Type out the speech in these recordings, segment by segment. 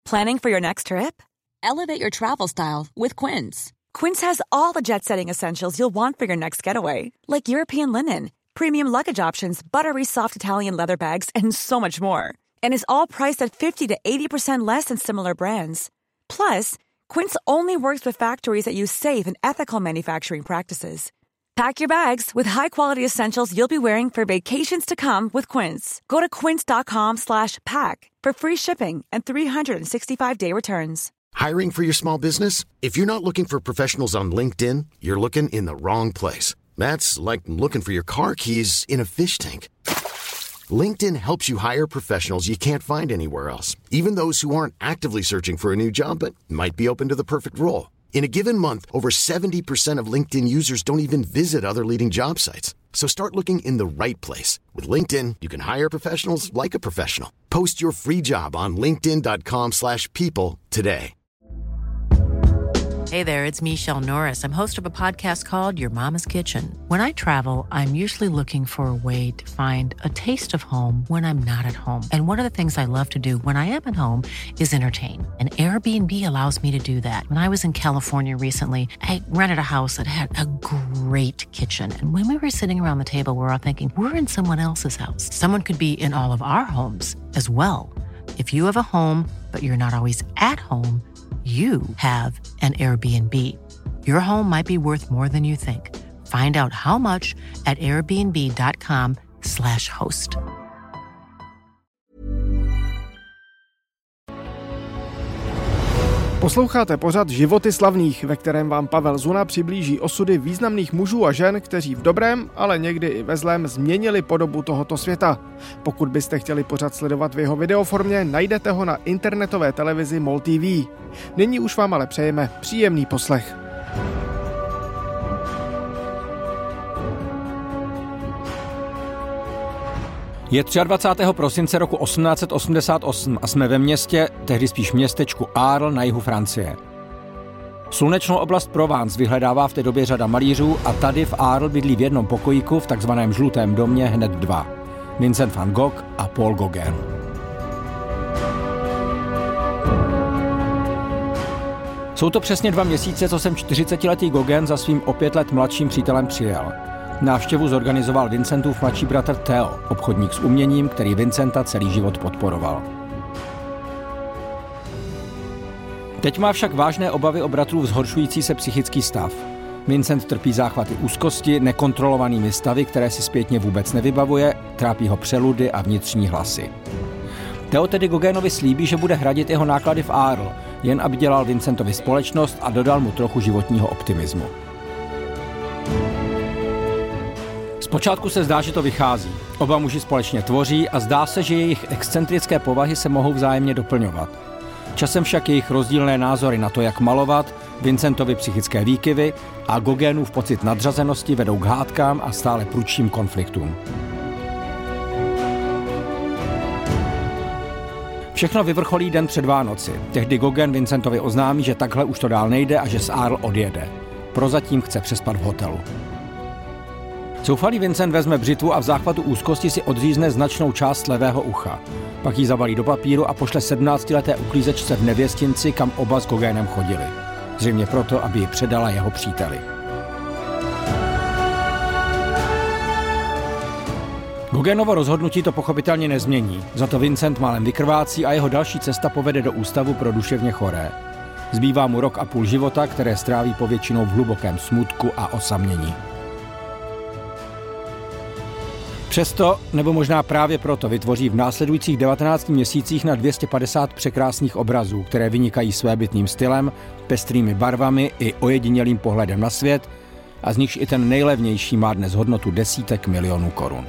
Planning for your next trip? Elevate your travel style with Quince. Quince has all the jet-setting essentials you'll want for your next getaway, like European linen, premium luggage options, buttery soft Italian leather bags, and so much more. And is all priced at 50 to 80% less than similar brands. Plus, Quince only works with factories that use safe and ethical manufacturing practices. Pack your bags with high-quality essentials you'll be wearing for vacations to come with Quince. Go to quince.com/pack for free shipping and 365-day returns. Hiring for your small business? If you're not looking for professionals on LinkedIn, you're looking in the wrong place. That's like looking for your car keys in a fish tank. LinkedIn helps you hire professionals you can't find anywhere else, even those who aren't actively searching for a new job but might be open to the perfect role. In a given month, over 70% of LinkedIn users don't even visit other leading job sites. So start looking in the right place. With LinkedIn, you can hire professionals like a professional. Post your free job on linkedin.com/people today. Hey there, it's Michelle Norris. I'm host of a podcast called Your Mama's Kitchen. When I travel, I'm usually looking for a way to find a taste of home when I'm not at home. And one of the things I love to do when I am at home is entertain. And Airbnb allows me to do that. When I was in California recently, I rented a house that had a great kitchen. And when we were sitting around the table, we were all thinking, we're in someone else's house. Someone could be in all of our homes as well. If you have a home, but you're not always at home, you have an Airbnb. Your home might be worth more than you think. Find out how much at airbnb.com/host. Posloucháte pořad Životy slavných, ve kterém vám Pavel Zuna přiblíží osudy významných mužů a žen, kteří v dobrém, ale někdy i ve zlém změnili podobu tohoto světa. Pokud byste chtěli pořad sledovat v jeho videoformě, najdete ho na internetové televizi MOL TV. Nyní už vám ale přejeme příjemný poslech. Je 23. prosince roku 1888 a jsme ve městě, tehdy spíš městečku Arles na jihu Francie. Slunečnou oblast Provence vyhledává v té době řada malířů a tady v Arles bydlí v jednom pokojíku v takzvaném žlutém domě hned dva. Vincent van Gogh a Paul Gauguin. Jsou to přesně 2 měsíce, co jsem 40letý Gauguin za svým o 5 let mladším přítelem přijel. Návštěvu zorganizoval Vincentův mladší bratr Theo, obchodník s uměním, který Vincenta celý život podporoval. Teď má však vážné obavy o bratrův zhoršující se psychický stav. Vincent trpí záchvaty úzkosti, nekontrolovanými stavy, které si zpětně vůbec nevybavuje, trápí ho přeludy a vnitřní hlasy. Theo tedy Gauguinovi slíbí, že bude hradit jeho náklady v Arles, jen aby dělal Vincentovi společnost a dodal mu trochu životního optimismu. Zpočátku se zdá, že to vychází. Oba muži společně tvoří a zdá se, že jejich excentrické povahy se mohou vzájemně doplňovat. Časem však jejich rozdílné názory na to, jak malovat, Vincentovi psychické výkyvy a Gauguinův pocit nadřazenosti vedou k hádkám a stále prudším konfliktům. Všechno vyvrcholí den před Vánoci. Tehdy Gauguin Vincentovi oznámí, že takhle už to dál nejde a že z Arles odjede. Prozatím chce přespat v hotelu. Zoufalý Vincent vezme břitvu a v záchvatu úzkosti si odřízne značnou část levého ucha. Pak ji zabalí do papíru a pošle 17leté uklízečce v nevěstinci, kam oba s Gauguinem chodili. Zřejmě proto, aby ji předala jeho příteli. Gauguinovo rozhodnutí to pochopitelně nezmění. Za to Vincent málem vykrvácí a jeho další cesta povede do ústavu pro duševně choré. Zbývá mu 1,5 roku života, které stráví povětšinou v hlubokém smutku a osamění. Přesto, nebo možná právě proto, vytvoří v následujících 19 měsících na 250 překrásných obrazů, které vynikají svébytným stylem, pestrými barvami i ojedinělým pohledem na svět, a z nichž i ten nejlevnější má dnes hodnotu desítek milionů korun.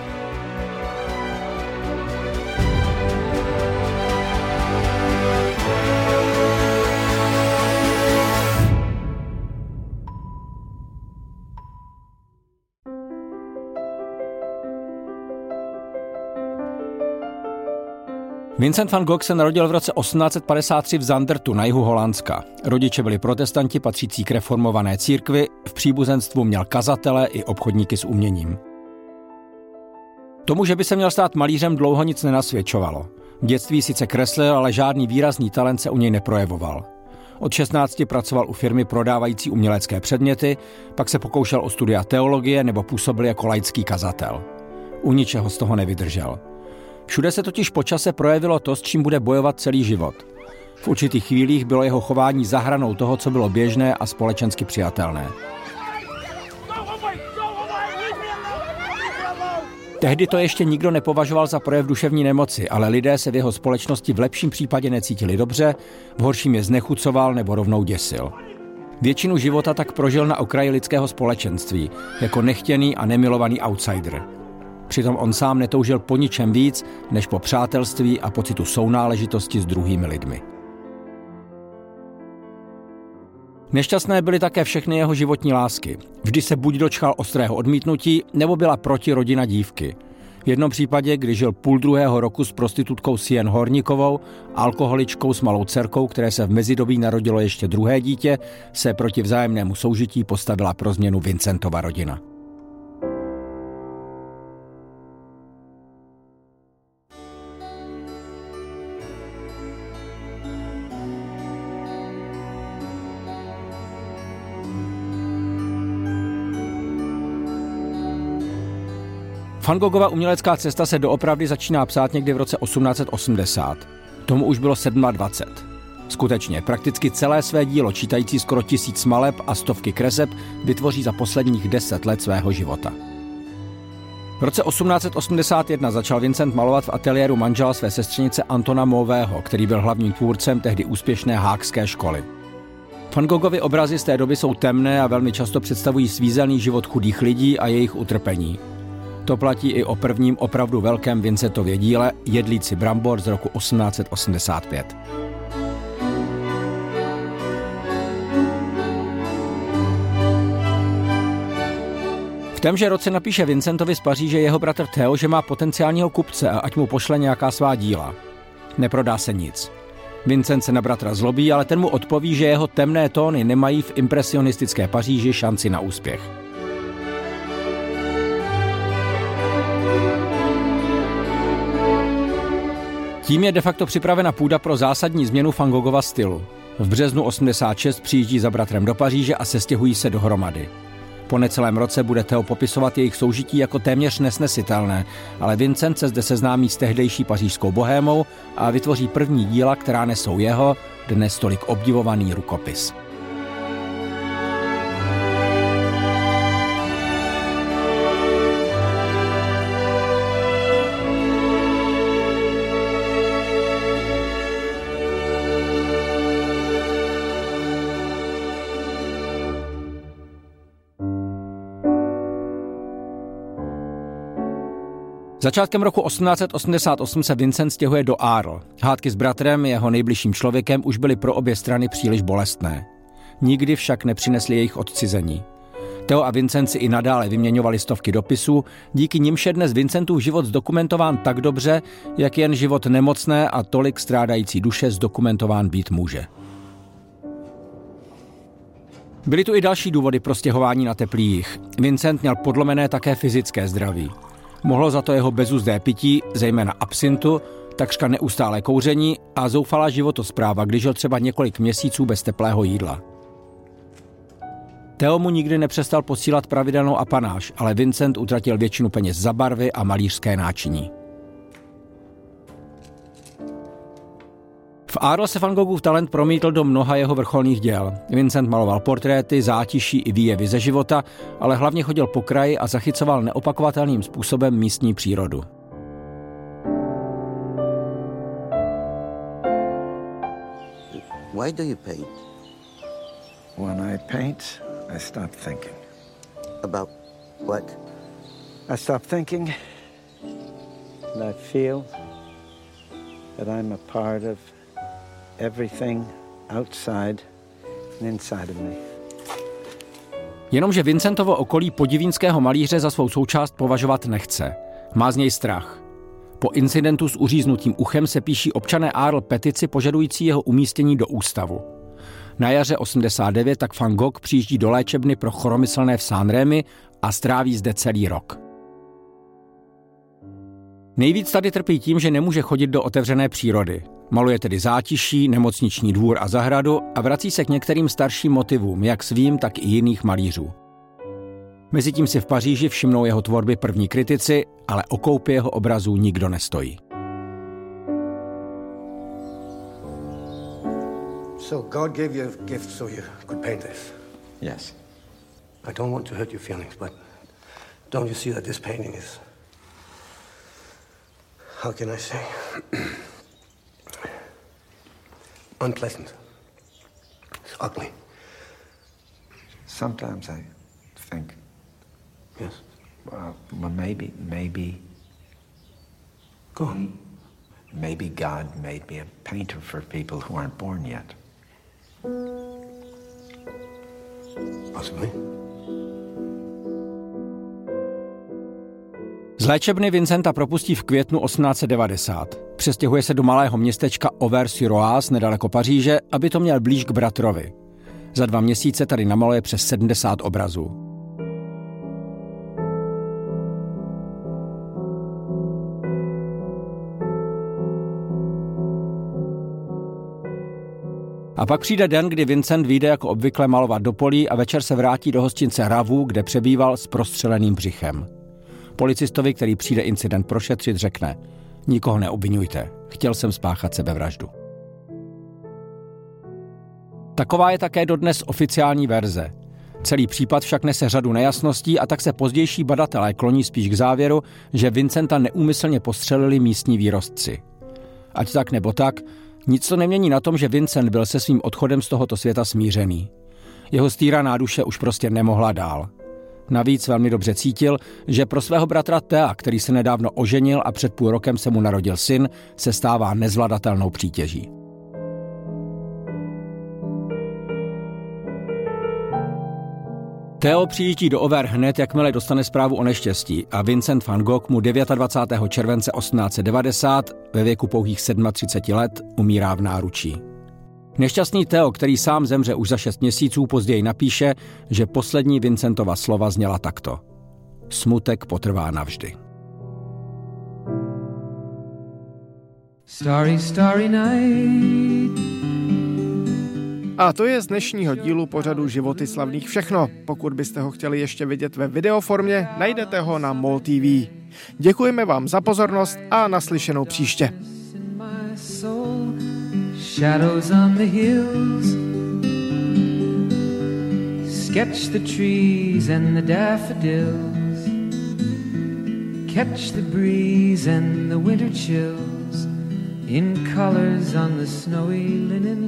Vincent van Gogh se narodil v roce 1853 v Zandertu na jihu Holandska. Rodiče byli protestanti patřící k reformované církvi, v příbuzenstvu měl kazatele i obchodníky s uměním. Tomu, že by se měl stát malířem, dlouho nic nenasvědčovalo. V dětství sice kreslil, ale žádný výrazný talent se u něj neprojevoval. Od 16 pracoval u firmy prodávající umělecké předměty, pak se pokoušel o studia teologie nebo působil jako laický kazatel. U ničeho z toho nevydržel. Všude se totiž po čase projevilo to, s čím bude bojovat celý život. V určitých chvílích bylo jeho chování za hranou toho, co bylo běžné a společensky přijatelné. Tehdy to ještě nikdo nepovažoval za projev duševní nemoci, ale lidé se v jeho společnosti v lepším případě necítili dobře, v horším je znechucoval nebo rovnou děsil. Většinu života tak prožil na okraji lidského společenství, jako nechtěný a nemilovaný outsider. Přitom on sám netoužil po ničem víc, než po přátelství a pocitu sounáležitosti s druhými lidmi. Nešťastné byly také všechny jeho životní lásky. Vždy se buď dočkal ostrého odmítnutí, nebo byla proti rodina dívky. V jednom případě, kdy žil půl druhého roku s prostitutkou Sien Horníkovou, alkoholičkou s malou dcerkou, které se v mezidobí narodilo ještě druhé dítě, se proti vzájemnému soužití postavila pro změnu Vincentova rodina. Van Goghova umělecká cesta se doopravdy začíná psát někdy v roce 1880. Tomu už bylo 27. Skutečně, prakticky celé své dílo, čítající skoro 1000 maleb a stovky kreseb, vytvoří za posledních 10 let svého života. V roce 1881 začal Vincent malovat v ateliéru manžela své sestřenice Antona Mauveho, který byl hlavním tvůrcem tehdy úspěšné Haagské školy. Van Goghovy obrazy z té doby jsou temné a velmi často představují svízelný život chudých lidí a jejich utrpení. To platí i o prvním opravdu velkém Vincentově díle Jedlíci brambor z roku 1885. V témže roce napíše Vincentovi z Paříže jeho bratr Theo, že má potenciálního kupce a ať mu pošle nějaká svá díla. Neprodá se nic. Vincent se na bratra zlobí, ale ten mu odpoví, že jeho temné tóny nemají v impresionistické Paříži šanci na úspěch. Tím je de facto připravena půda pro zásadní změnu Van Goghova stylu. V březnu 86 přijíždí za bratrem do Paříže a sestěhují se dohromady. Po necelém roce bude Theo popisovat jejich soužití jako téměř nesnesitelné, ale Vincent se zde seznámí s tehdejší pařížskou bohémou a vytvoří první díla, která nesou jeho, dnes tolik obdivovaný rukopis. Začátkem roku 1888 se Vincent stěhuje do Arles. Hádky s bratrem, jeho nejbližším člověkem, už byly pro obě strany příliš bolestné. Nikdy však nepřinesli jejich odcizení. Theo a Vincent si i nadále vyměňovali stovky dopisů, díky nimž je dnes Vincentův život zdokumentován tak dobře, jak jen život nemocné a tolik strádající duše zdokumentován být může. Byly tu i další důvody pro stěhování na teplý jih. Vincent měl podlomené také fyzické zdraví. Mohlo za to jeho bezuzdé pití, zejména absintu, takřka neustálé kouření a zoufalá životospráva, když žil třeba několik měsíců bez teplého jídla. Theo mu nikdy nepřestal posílat pravidelnou apanáž, ale Vincent utratil většinu peněz za barvy a malířské náčiní. V Arles se Van Goghův talent promítl do mnoha jeho vrcholných děl. Vincent maloval portréty, zátiší i výjevy ze života, ale hlavně chodil po kraji a zachycoval neopakovatelným způsobem místní přírodu. Why do you paint? When I paint, I stop thinking. About what? I stop thinking and I feel that I'm a part of everything outside and inside of me. Jenomže Vincentovo okolí podivínského malíře za svou součást považovat nechce. Má z něj strach. Po incidentu s uříznutým uchem se píší občané Arles petici požadující jeho umístění do ústavu. Na jaře 89 tak Van Gogh přijíždí do léčebny pro choromyslné v Saint-Rémy a stráví zde celý rok. Nejvíc tady trpí tím, že nemůže chodit do otevřené přírody. Maluje tedy zátiší, nemocniční dvůr a zahradu a vrací se k některým starším motivům, jak svým, tak i jiných malířů. Mezitím si v Paříži všimnou jeho tvorby první kritici, ale o koupi jeho obrazů nikdo nestojí. So God gave you a gift so you could paint this? Yes. I don't want to hurt your feelings, but don't you see that this painting is, how can I say, unpleasant. It's ugly. Sometimes I think. Yes. Well, maybe. Go on. Maybe God made me a painter for people who aren't born yet. Possibly. Z léčebny Vincenta propustí v květnu 1890. Přestěhuje se do malého městečka Auvers-sur-Oise nedaleko Paříže, aby to měl blíž k bratrovi. Za 2 měsíce tady namaluje přes 70 obrazů. A pak přijde den, kdy Vincent vyjde jako obvykle malovat do polí a večer se vrátí do hostince Ravu, kde přebýval s prostřeleným břichem. Policistovi, který přijde incident prošetřit, řekne: nikoho neobvinujte, chtěl jsem spáchat sebevraždu. Taková je také dodnes oficiální verze. Celý případ však nese řadu nejasností a tak se pozdější badatelé kloní spíš k závěru, že Vincenta neúmyslně postřelili místní výrostci. Ať tak nebo tak, nic to nemění na tom, že Vincent byl se svým odchodem z tohoto světa smířený. Jeho stýraná duše už prostě nemohla dál. Navíc velmi dobře cítil, že pro svého bratra Thea, který se nedávno oženil a před půl rokem se mu narodil syn, se stává nezvladatelnou přítěží. Theo přijíždí do Auvers hned, jakmile dostane zprávu o neštěstí a Vincent van Gogh mu 29. července 1890 ve věku pouhých 37 let umírá v náručí. Nešťastný Theo, který sám zemře už za 6 měsíců, později napíše, že poslední Vincentova slova zněla takto: smutek potrvá navždy. Starry, starry night. A to je z dnešního dílu pořadu Životy slavných všechno. Pokud byste ho chtěli ještě vidět ve videoformě, najdete ho na MOL TV. Děkujeme vám za pozornost a naslyšenou příště. Shadows on the hills, sketch the trees and the daffodils, catch the breeze and the winter chills, in colors on the snowy linen